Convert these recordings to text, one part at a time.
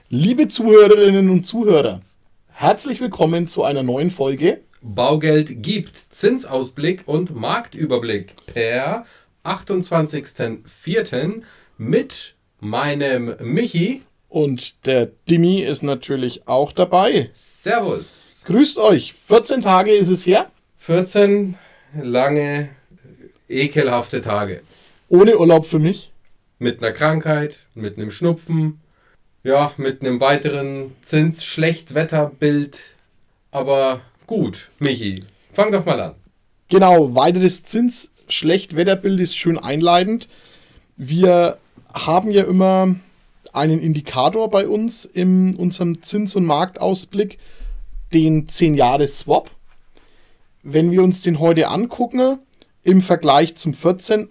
Liebe Zuhörerinnen und Zuhörer, herzlich willkommen zu einer neuen Folge Baugeld gibt Zinsausblick und Marktüberblick per 28.04. mit meinem Michi. Und der Dimi ist natürlich auch dabei. Servus. Grüßt euch, 14 Tage ist es her. 14 lange, ekelhafte Tage. Ohne Urlaub für mich. Mit einer Krankheit, mit einem Schnupfen, ja, mit einem weiteren Zins-Schlechtwetterbild. Aber gut, Michi, fang doch mal an. Genau, weiteres Zins-Schlechtwetterbild ist schön einleitend. Wir haben ja immer einen Indikator bei uns in unserem Zins- und Marktausblick, den 10-Jahres-Swap. Wenn wir uns den heute angucken, im Vergleich zum 14.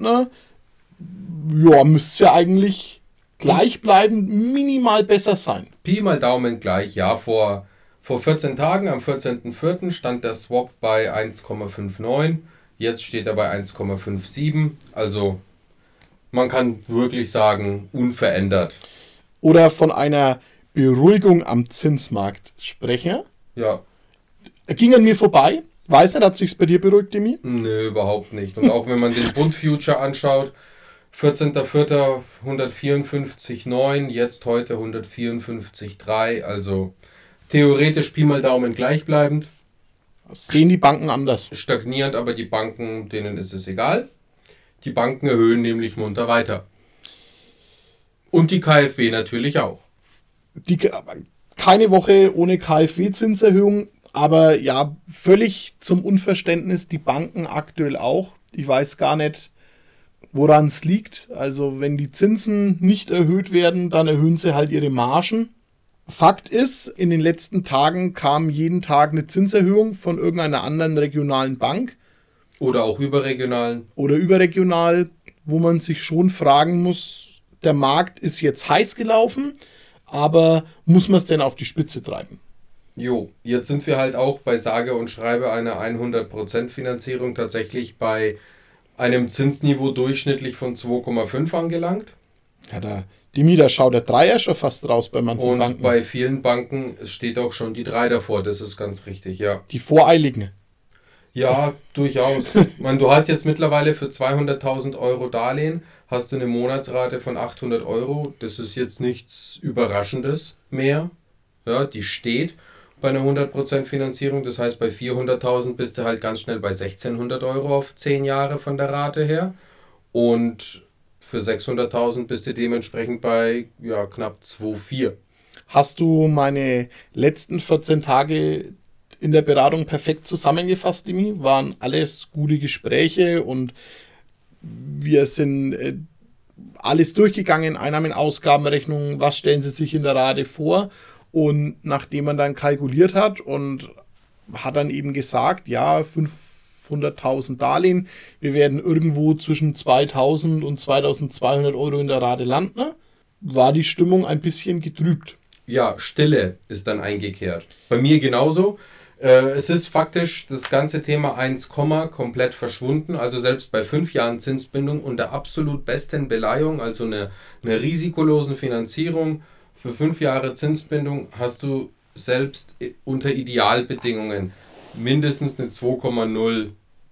Ja, müsste ja eigentlich gleichbleibend minimal besser sein. Pi mal Daumen gleich, ja, vor 14 Tagen, am 14.04. stand der Swap bei 1,59, jetzt steht er bei 1,57, also man kann wirklich sagen, unverändert. Oder von einer Beruhigung am Zinsmarkt sprechen. Ja. Ging an mir vorbei. Weiß nicht, hat sich's bei dir beruhigt, Demi? Nö, überhaupt nicht. Und auch wenn man den Bund Future anschaut, 14.04. 154,9, jetzt heute 154,3, also theoretisch Pi mal Daumen gleichbleibend. Das sehen die Banken anders. Stagnierend, aber die Banken, denen ist es egal. Die Banken erhöhen nämlich munter weiter. Und die KfW natürlich auch. Keine Woche ohne KfW-Zinserhöhung, aber ja, völlig zum Unverständnis die Banken aktuell auch. Ich weiß gar nicht, woran es liegt. Also wenn die Zinsen nicht erhöht werden, dann erhöhen sie halt ihre Margen. Fakt ist, in den letzten Tagen kam jeden Tag eine Zinserhöhung von irgendeiner anderen regionalen Bank. Oder auch überregionalen. Oder überregional, wo man sich schon fragen muss, der Markt ist jetzt heiß gelaufen, aber muss man es denn auf die Spitze treiben? Jo, jetzt sind wir halt auch bei sage und schreibe einer 100% Finanzierung tatsächlich bei einem Zinsniveau durchschnittlich von 2,5 angelangt. Ja, da schaut der Dreier schon fast raus bei manchen und Banken. Und bei vielen Banken steht auch schon die 3 davor, das ist ganz richtig, ja. Die voreiligen. Ja, durchaus. Ich meine, du hast jetzt mittlerweile für 200.000 Euro Darlehen, hast du eine Monatsrate von 800 Euro. Das ist jetzt nichts Überraschendes mehr. Ja, die steht bei einer 100% Finanzierung. Das heißt, bei 400.000 bist du halt ganz schnell bei 1.600 Euro auf 10 Jahre von der Rate her. Und für 600.000 bist du dementsprechend bei knapp 2,4. Hast du meine letzten 14 Tage in der Beratung perfekt zusammengefasst, Dimi? Waren alles gute Gespräche und wir sind alles durchgegangen, Einnahmen, Ausgabenrechnung, was stellen Sie sich in der Rate vor? Und nachdem man dann kalkuliert hat und hat dann eben gesagt, ja, 500.000 Darlehen, wir werden irgendwo zwischen 2.000 und 2.200 Euro in der Rate landen, war die Stimmung ein bisschen getrübt. Ja, Stille ist dann eingekehrt. Bei mir genauso. Es ist faktisch das ganze Thema 1, komplett verschwunden. Also selbst bei 5 Jahren Zinsbindung und der absolut besten Beleihung, also eine risikolosen Finanzierung für 5 Jahre Zinsbindung, hast du selbst unter Idealbedingungen mindestens eine 2,02,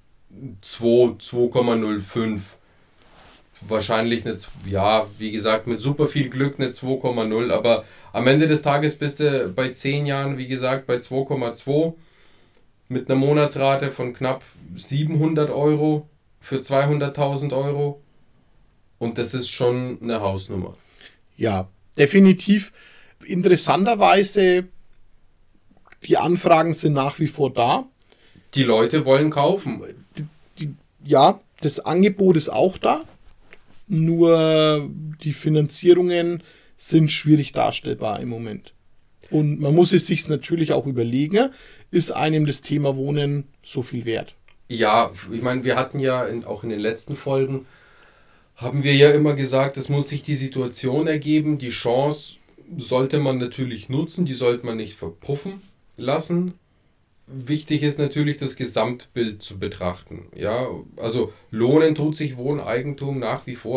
2,05. Wahrscheinlich eine, wie gesagt, mit super viel Glück eine 2,0, aber am Ende des Tages bist du bei 10 Jahren, wie gesagt, bei 2,2 mit einer Monatsrate von knapp 700 Euro für 200.000 Euro und das ist schon eine Hausnummer. Ja, definitiv. Interessanterweise, die Anfragen sind nach wie vor da. Die Leute wollen kaufen. Ja, das Angebot ist auch da. Nur die Finanzierungen sind schwierig darstellbar im Moment. Und man muss es sich natürlich auch überlegen, ist einem das Thema Wohnen so viel wert? Ja, ich meine, wir hatten ja auch in den letzten Folgen, haben wir ja immer gesagt, es muss sich die Situation ergeben, die Chance sollte man natürlich nutzen, die sollte man nicht verpuffen lassen. Wichtig ist natürlich das Gesamtbild zu betrachten. Ja, also lohnen tut sich Wohneigentum nach wie vor.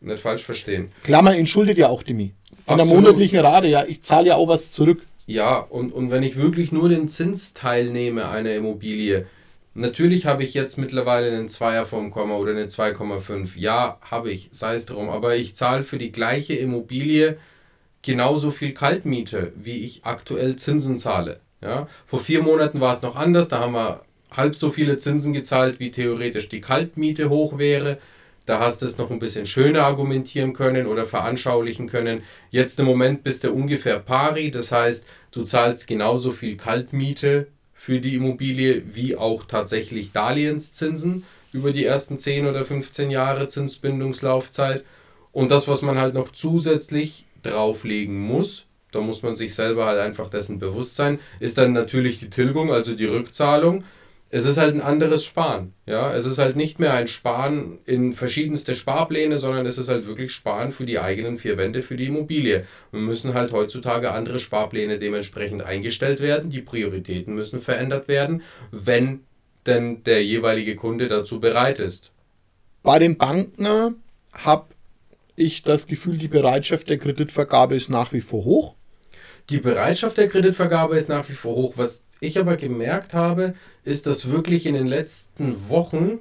nicht falsch verstehen. Klar, man entschuldet ja auch Demi. In der Absolut. monatlichen Rate, ja, ich zahle ja auch was zurück. Ja, und wenn ich wirklich nur den Zinsteil nehme einer Immobilie, natürlich habe ich jetzt mittlerweile einen 2er vom Komma oder eine 2,5. Ja, habe ich, sei es drum. Aber ich zahle für die gleiche Immobilie genauso viel Kaltmiete, wie ich aktuell Zinsen zahle. Ja? Vor 4 Monaten war es noch anders, da haben wir halb so viele Zinsen gezahlt, wie theoretisch die Kaltmiete hoch wäre. Da hast du es noch ein bisschen schöner argumentieren können oder veranschaulichen können. Jetzt im Moment bist du ungefähr pari, das heißt, du zahlst genauso viel Kaltmiete für die Immobilie wie auch tatsächlich Darlehenszinsen über die ersten 10 oder 15 Jahre Zinsbindungslaufzeit. Und das, was man halt noch zusätzlich drauflegen muss, da muss man sich selber halt einfach dessen bewusst sein, ist dann natürlich die Tilgung, also die Rückzahlung. Es ist halt ein anderes Sparen. Ja? Es ist halt nicht mehr ein Sparen in verschiedenste Sparpläne, sondern es ist halt wirklich Sparen für die eigenen 4 Wände, für die Immobilie. Wir müssen halt heutzutage andere Sparpläne dementsprechend eingestellt werden. Die Prioritäten müssen verändert werden, wenn denn der jeweilige Kunde dazu bereit ist. Bei den Banken habe ich das Gefühl, die Bereitschaft der Kreditvergabe ist nach wie vor hoch. Die Bereitschaft der Kreditvergabe ist nach wie vor hoch. Was ich aber gemerkt habe, ist, dass wirklich in den letzten Wochen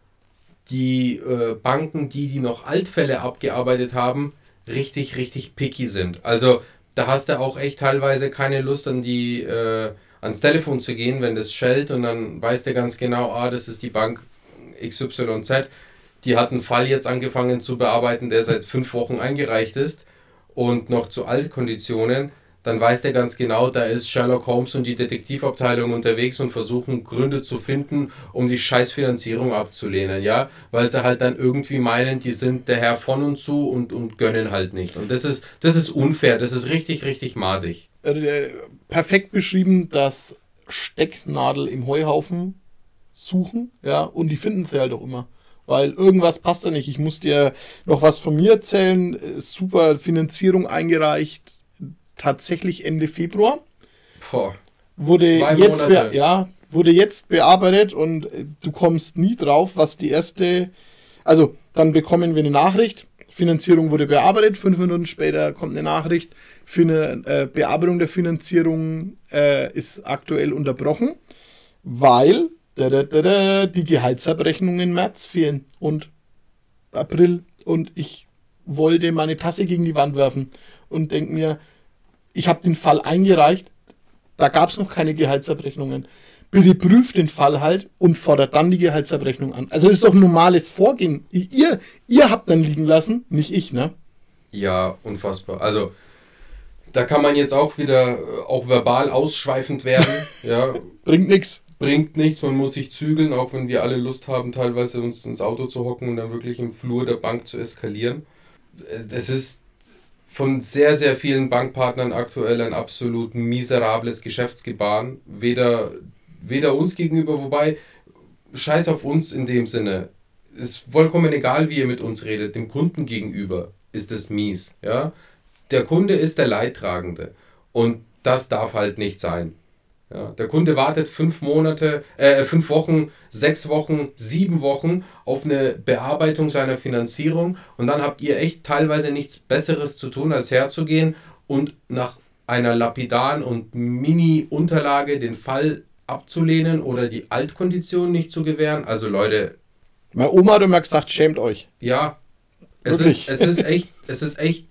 die Banken, die noch Altfälle abgearbeitet haben, richtig, richtig picky sind. Also da hast du auch echt teilweise keine Lust ans Telefon zu gehen, wenn das schellt und dann weißt du ganz genau, das ist die Bank XYZ. Die hat einen Fall jetzt angefangen zu bearbeiten, der seit 5 Wochen eingereicht ist und noch zu Altkonditionen. Dann weiß der ganz genau, da ist Sherlock Holmes und die Detektivabteilung unterwegs und versuchen Gründe zu finden, um die Scheißfinanzierung abzulehnen, ja, weil sie halt dann irgendwie meinen, die sind der Herr von und zu und gönnen halt nicht. Und das ist unfair, das ist richtig, richtig madig. Perfekt beschrieben, das Stecknadel im Heuhaufen suchen, ja, und die finden sie halt auch immer. Weil irgendwas passt da nicht. Ich muss dir noch was von mir erzählen. Super Finanzierung eingereicht. Tatsächlich Ende Februar. Boah, wurde 2 jetzt, Monate. wurde jetzt bearbeitet und du kommst nie drauf, was die erste. Also, dann bekommen wir eine Nachricht. Finanzierung wurde bearbeitet. 5 Minuten später kommt eine Nachricht. Für eine Bearbeitung der Finanzierung ist aktuell unterbrochen, weil die Gehaltsabrechnungen im März fehlen und April und ich wollte meine Tasse gegen die Wand werfen und denke mir, ich habe den Fall eingereicht, da gab es noch keine Gehaltsabrechnungen. Bitte prüft den Fall halt und fordert dann die Gehaltsabrechnung an. Also das ist doch ein normales Vorgehen. Ihr habt dann liegen lassen, nicht ich, ne? Ja, unfassbar. Also da kann man jetzt auch wieder auch verbal ausschweifend werden. Ja. Bringt nichts. Bringt nichts, man muss sich zügeln, auch wenn wir alle Lust haben, teilweise uns ins Auto zu hocken und dann wirklich im Flur der Bank zu eskalieren. Das ist von sehr, sehr vielen Bankpartnern aktuell ein absolut miserables Geschäftsgebaren. Weder uns gegenüber, wobei, scheiß auf uns in dem Sinne. Ist vollkommen egal, wie ihr mit uns redet. Dem Kunden gegenüber ist es mies. Ja? Der Kunde ist der Leidtragende. Und das darf halt nicht sein. Ja, der Kunde wartet 5 Wochen, 6 Wochen, 7 Wochen auf eine Bearbeitung seiner Finanzierung und dann habt ihr echt teilweise nichts Besseres zu tun, als herzugehen und nach einer lapidaren und Mini-Unterlage den Fall abzulehnen oder die Altkondition nicht zu gewähren. Also Leute... Meine Oma hat immer gesagt, schämt euch. Ja, es ist echt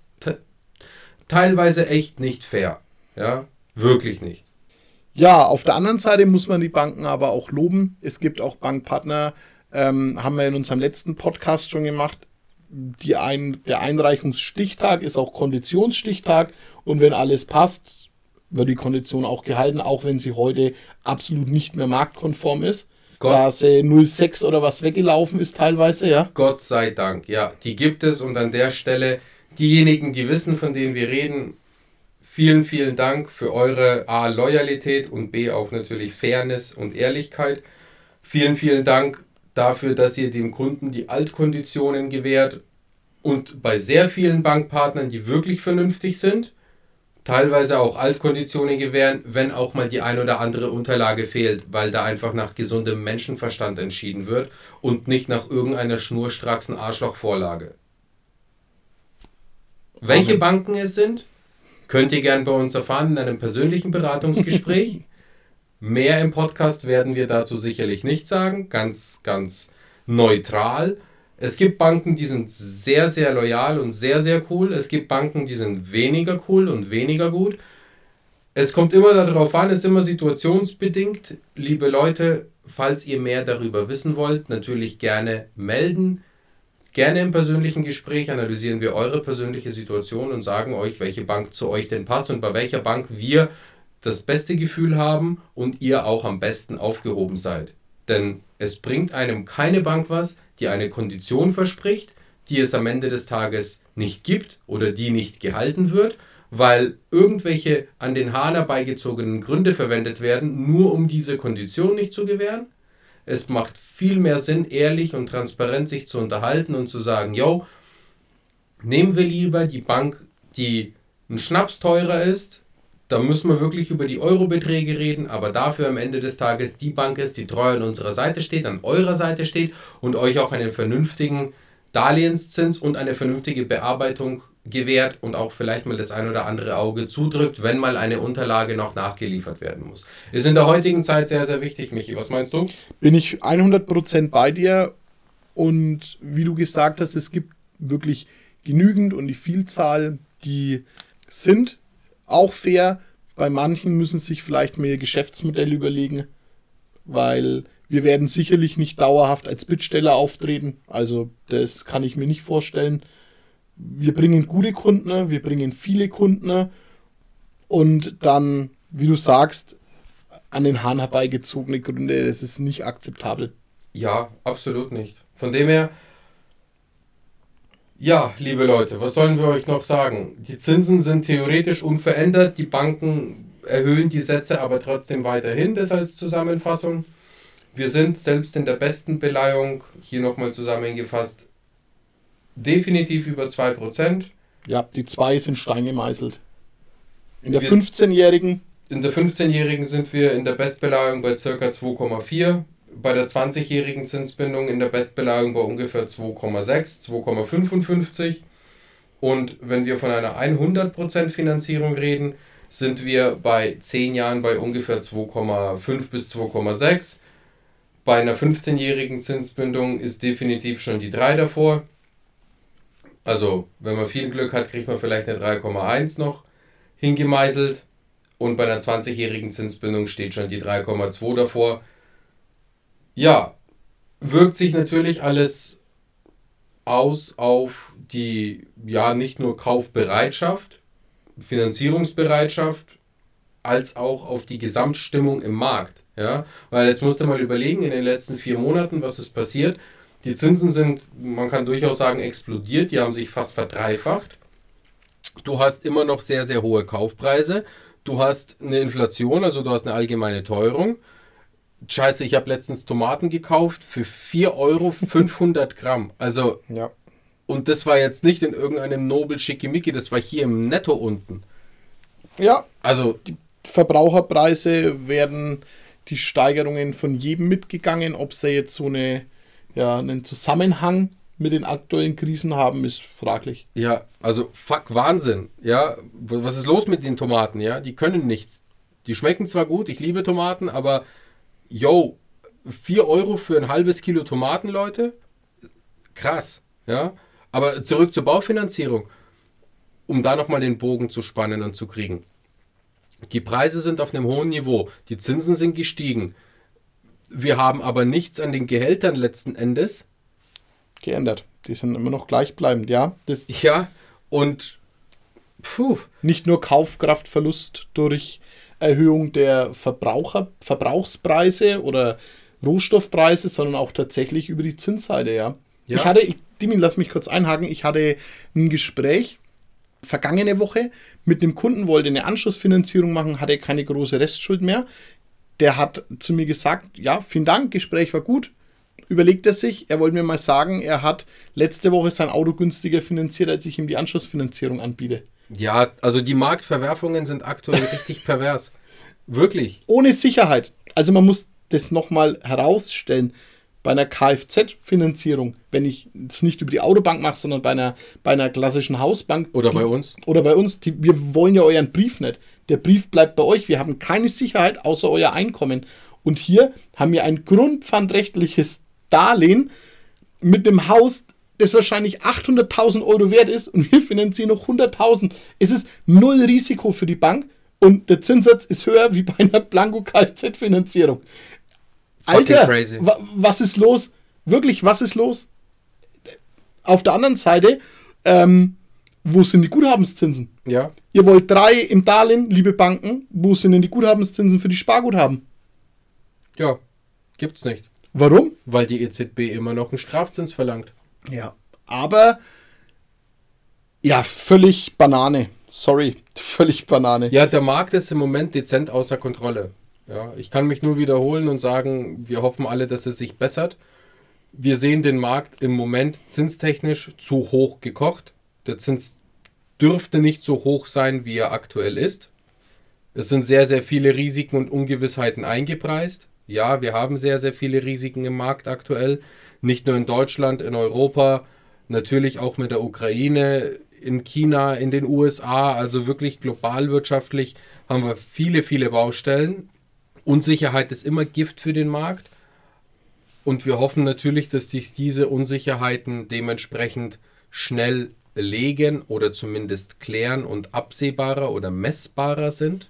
teilweise echt nicht fair. Ja, wirklich nicht. Ja, auf der anderen Seite muss man die Banken aber auch loben. Es gibt auch Bankpartner, haben wir in unserem letzten Podcast schon gemacht. Der Einreichungsstichtag ist auch Konditionsstichtag und wenn alles passt, wird die Kondition auch gehalten, auch wenn sie heute absolut nicht mehr marktkonform ist. Da sie 0,6 oder was weggelaufen ist teilweise, ja. Gott sei Dank, ja, die gibt es und an der Stelle diejenigen, die wissen, von denen wir reden, vielen, vielen Dank für eure A, Loyalität und B, auch natürlich Fairness und Ehrlichkeit. Vielen, vielen Dank dafür, dass ihr dem Kunden die Altkonditionen gewährt und bei sehr vielen Bankpartnern, die wirklich vernünftig sind, teilweise auch Altkonditionen gewähren, wenn auch mal die ein oder andere Unterlage fehlt, weil da einfach nach gesundem Menschenverstand entschieden wird und nicht nach irgendeiner schnurstracks Arschlochvorlage. Welche Banken es sind, könnt ihr gern bei uns erfahren in einem persönlichen Beratungsgespräch. Mehr im Podcast werden wir dazu sicherlich nicht sagen. Ganz, ganz neutral. Es gibt Banken, die sind sehr, sehr loyal und sehr, sehr cool. Es gibt Banken, die sind weniger cool und weniger gut. Es kommt immer darauf an, ist immer situationsbedingt. Liebe Leute, falls ihr mehr darüber wissen wollt, natürlich gerne melden. Gerne im persönlichen Gespräch analysieren wir eure persönliche Situation und sagen euch, welche Bank zu euch denn passt und bei welcher Bank wir das beste Gefühl haben und ihr auch am besten aufgehoben seid. Denn es bringt einem keine Bank was, die eine Kondition verspricht, die es am Ende des Tages nicht gibt oder die nicht gehalten wird, weil irgendwelche an den Haaren herbeigezogenen Gründe verwendet werden, nur um diese Kondition nicht zu gewähren. Es macht viel mehr Sinn, ehrlich und transparent sich zu unterhalten und zu sagen, yo, nehmen wir lieber die Bank, die ein Schnaps teurer ist, da müssen wir wirklich über die Eurobeträge reden, aber dafür am Ende des Tages die Bank ist, die treu an unserer Seite steht, an eurer Seite steht und euch auch einen vernünftigen Darlehenszins und eine vernünftige Bearbeitung gewährt und auch vielleicht mal das ein oder andere Auge zudrückt, wenn mal eine Unterlage noch nachgeliefert werden muss. Ist in der heutigen Zeit sehr, sehr wichtig, Michi. Was meinst du? Bin ich 100% bei dir und wie du gesagt hast, es gibt wirklich genügend und die Vielzahl, die sind auch fair. Bei manchen müssen sich vielleicht mehr Geschäftsmodell überlegen, weil wir werden sicherlich nicht dauerhaft als Bittsteller auftreten. Also das kann ich mir nicht vorstellen. Wir bringen gute Kunden, wir bringen viele Kunden und dann, wie du sagst, an den Haaren herbeigezogene Gründe, das ist nicht akzeptabel. Ja, absolut nicht. Von dem her, ja, liebe Leute, was sollen wir euch noch sagen? Die Zinsen sind theoretisch unverändert, die Banken erhöhen die Sätze aber trotzdem weiterhin, das als Zusammenfassung. Wir sind selbst in der besten Beleihung, hier nochmal zusammengefasst, definitiv über 2%. Ja, die 2 sind Stein gemeißelt. In der 15-Jährigen? In der 15-Jährigen sind wir in der Bestbeleihung bei ca. 2,4. Bei der 20-jährigen Zinsbindung in der Bestbeleihung bei ungefähr 2,6, 2,55. Und wenn wir von einer 100% Finanzierung reden, sind wir bei 10 Jahren bei ungefähr 2,5 bis 2,6. Bei einer 15-jährigen Zinsbindung ist definitiv schon die 3 davor. Also, wenn man viel Glück hat, kriegt man vielleicht eine 3,1 noch hingemeißelt. Und bei einer 20-jährigen Zinsbindung steht schon die 3,2 davor. Ja, wirkt sich natürlich alles aus auf die, ja, nicht nur Kaufbereitschaft, Finanzierungsbereitschaft, als auch auf die Gesamtstimmung im Markt. Ja? Weil jetzt musst du mal überlegen, in den letzten 4 Monaten, was ist passiert. Die Zinsen sind, man kann durchaus sagen, explodiert. Die haben sich fast verdreifacht. Du hast immer noch sehr, sehr hohe Kaufpreise. Du hast eine Inflation, also du hast eine allgemeine Teuerung. Scheiße, ich habe letztens Tomaten gekauft für 4 Euro 500 Gramm. Also, ja. Und das war jetzt nicht in irgendeinem Nobel Schickimicki, das war hier im Netto unten. Ja, also die Verbraucherpreise werden die Steigerungen von jedem mitgegangen. Ob sie jetzt so einen Zusammenhang mit den aktuellen Krisen haben, ist fraglich. Ja, also fuck Wahnsinn. Ja, was ist los mit den Tomaten? Ja, die können nichts. Die schmecken zwar gut, ich liebe Tomaten, aber 4 Euro für ein halbes Kilo Tomaten, Leute? Krass, ja. Aber zurück zur Baufinanzierung, um da nochmal den Bogen zu spannen und zu kriegen. Die Preise sind auf einem hohen Niveau, die Zinsen sind gestiegen. Wir haben aber nichts an den Gehältern letzten Endes geändert. Die sind immer noch gleichbleibend, ja. Ja, und nicht nur Kaufkraftverlust durch Erhöhung der Verbrauchspreise oder Rohstoffpreise, sondern auch tatsächlich über die Zinsseite, ja. Dimi, lass mich kurz einhaken, ich hatte ein Gespräch vergangene Woche mit einem Kunden, wollte eine Anschlussfinanzierung machen, hatte keine große Restschuld mehr. Der hat zu mir gesagt, ja, vielen Dank, Gespräch war gut, überlegt er sich, er wollte mir mal sagen, er hat letzte Woche sein Auto günstiger finanziert, als ich ihm die Anschlussfinanzierung anbiete. Ja, also die Marktverwerfungen sind aktuell richtig pervers. Wirklich. Ohne Sicherheit. Also man muss das nochmal herausstellen. bei einer Kfz-Finanzierung, wenn ich es nicht über die Autobank mache, sondern bei einer klassischen Hausbank. Oder bei uns. Wir wollen ja euren Brief nicht. Der Brief bleibt bei euch. Wir haben keine Sicherheit außer euer Einkommen. Und hier haben wir ein grundpfandrechtliches Darlehen mit einem Haus, das wahrscheinlich 800.000 Euro wert ist, und wir finanzieren noch 100.000. Es ist null Risiko für die Bank und der Zinssatz ist höher wie bei einer Blanko-Kfz-Finanzierung. Alter, was ist los? Wirklich, was ist los? Auf der anderen Seite, wo sind die Guthabenszinsen? Ja. Ihr wollt 3 im Darlehen, liebe Banken. Wo sind denn die Guthabenszinsen für die Sparguthaben? Ja, gibt's nicht. Warum? Weil die EZB immer noch einen Strafzins verlangt. Ja, aber ja, völlig Banane. Sorry, völlig Banane. Ja, der Markt ist im Moment dezent außer Kontrolle. Ja, ich kann mich nur wiederholen und sagen, wir hoffen alle, dass es sich bessert. Wir sehen den Markt im Moment zinstechnisch zu hoch gekocht. Der Zins dürfte nicht so hoch sein, wie er aktuell ist. Es sind sehr, sehr viele Risiken und Ungewissheiten eingepreist. Ja, wir haben sehr, sehr viele Risiken im Markt aktuell. Nicht nur in Deutschland, in Europa, natürlich auch mit der Ukraine, in China, in den USA. Also wirklich global wirtschaftlich haben wir viele, viele Baustellen. Unsicherheit ist immer Gift für den Markt. Und wir hoffen natürlich, dass sich diese Unsicherheiten dementsprechend schnell legen oder zumindest klären und absehbarer oder messbarer sind.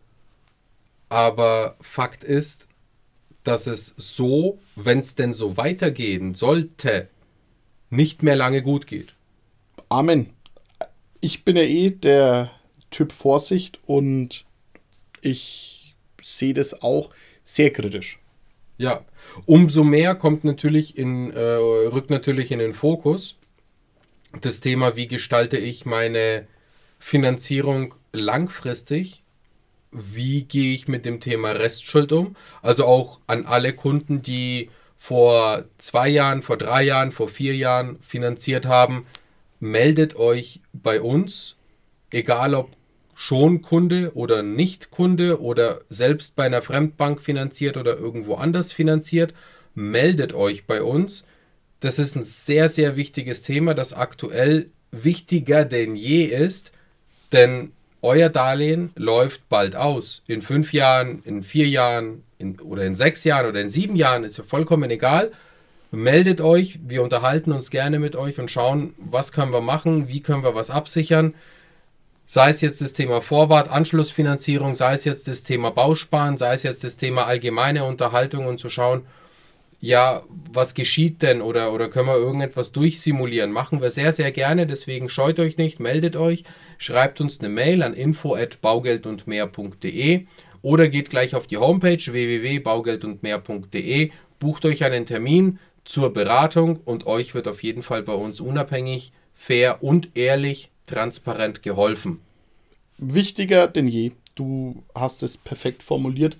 Aber Fakt ist, dass es so, wenn es denn so weitergehen sollte, nicht mehr lange gut geht. Amen. Ich bin ja der Typ Vorsicht und ich sehe das auch sehr kritisch. Ja, umso mehr rückt natürlich in den Fokus das Thema, wie gestalte ich meine Finanzierung langfristig, wie gehe ich mit dem Thema Restschuld um, also auch an alle Kunden, die vor 2 Jahren, vor 3 Jahren, vor 4 Jahren finanziert haben, meldet euch bei uns, egal ob schon Kunde oder nicht Kunde oder selbst bei einer Fremdbank finanziert oder irgendwo anders finanziert, meldet euch bei uns. Das ist ein sehr, sehr wichtiges Thema, das aktuell wichtiger denn je ist, denn euer Darlehen läuft bald aus. In 5 Jahren, in 4 Jahren oder in 6 Jahren oder in 7 Jahren, ist ja vollkommen egal. Meldet euch, wir unterhalten uns gerne mit euch und schauen, was können wir machen, wie können wir was absichern. Sei es jetzt das Thema Vorwart, Anschlussfinanzierung, sei es jetzt das Thema Bausparen, sei es jetzt das Thema allgemeine Unterhaltung und zu schauen, ja, was geschieht denn oder können wir irgendetwas durchsimulieren? Machen wir sehr, sehr gerne, deswegen scheut euch nicht, meldet euch, schreibt uns eine Mail an info@baugeldundmehr.de oder geht gleich auf die Homepage www.baugeldundmehr.de, bucht euch einen Termin zur Beratung und euch wird auf jeden Fall bei uns unabhängig, fair und ehrlich transparent geholfen. Wichtiger denn je. Du hast es perfekt formuliert.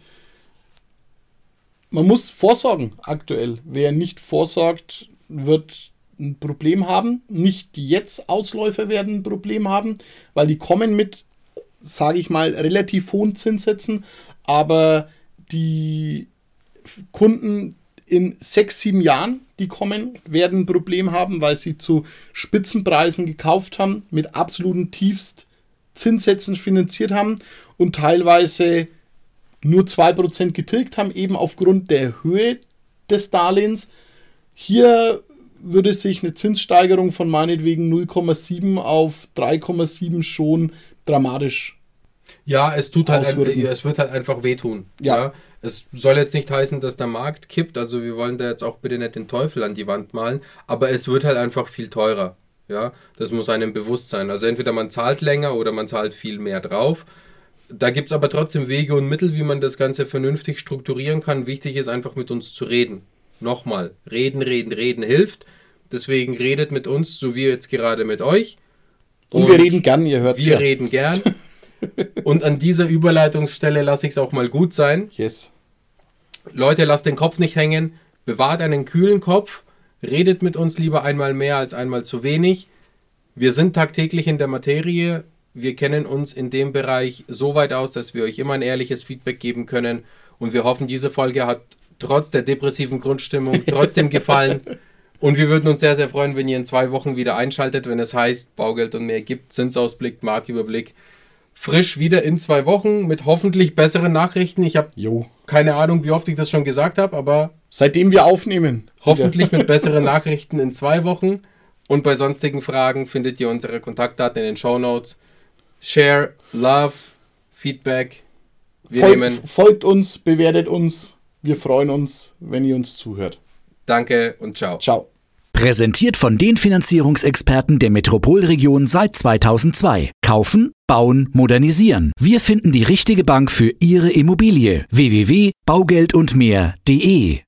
Man muss vorsorgen aktuell. Wer nicht vorsorgt, wird ein Problem haben. Nicht die jetzt Ausläufer werden ein Problem haben, weil die kommen mit, sage ich mal, relativ hohen Zinssätzen. Aber die Kunden in 6, 7 Jahren, die kommen, werden ein Problem haben, weil sie zu Spitzenpreisen gekauft haben, mit absoluten Tiefstzinssätzen finanziert haben und teilweise nur 2% getilgt haben, eben aufgrund der Höhe des Darlehens. Hier würde sich eine Zinssteigerung von meinetwegen 0,7 auf 3,7 schon dramatisch. Ja, es wird halt einfach wehtun. Ja. Es soll jetzt nicht heißen, dass der Markt kippt, also wir wollen da jetzt auch bitte nicht den Teufel an die Wand malen, aber es wird halt einfach viel teurer. Ja, das muss einem bewusst sein. Also entweder man zahlt länger oder man zahlt viel mehr drauf. Da gibt es aber trotzdem Wege und Mittel, wie man das Ganze vernünftig strukturieren kann. Wichtig ist einfach mit uns zu reden. Nochmal, reden hilft. Deswegen redet mit uns, so wie jetzt gerade mit euch. Und wir reden gern, ihr hört es ja. Wir reden gern. Und an dieser Überleitungsstelle lasse ich es auch mal gut sein. Yes. Leute, lasst den Kopf nicht hängen. Bewahrt einen kühlen Kopf. Redet mit uns lieber einmal mehr als einmal zu wenig. Wir sind tagtäglich in der Materie. Wir kennen uns in dem Bereich so weit aus, dass wir euch immer ein ehrliches Feedback geben können. Und wir hoffen, diese Folge hat trotz der depressiven Grundstimmung trotzdem gefallen. Und wir würden uns sehr, sehr freuen, wenn ihr in 2 Wochen wieder einschaltet, wenn es heißt, Baugeld und mehr gibt, Zinsausblick, Marktüberblick. Frisch wieder in 2 Wochen mit hoffentlich besseren Nachrichten. Ich habe keine Ahnung, wie oft ich das schon gesagt habe, aber seitdem wir aufnehmen. Hoffentlich mit besseren Nachrichten in 2 Wochen. Und bei sonstigen Fragen findet ihr unsere Kontaktdaten in den Shownotes. Share, Love, Feedback. Folgt uns, bewertet uns. Wir freuen uns, wenn ihr uns zuhört. Danke und ciao. Ciao. Präsentiert von den Finanzierungsexperten der Metropolregion seit 2002. Kaufen, bauen, modernisieren. Wir finden die richtige Bank für Ihre Immobilie. www.baugeldundmehr.de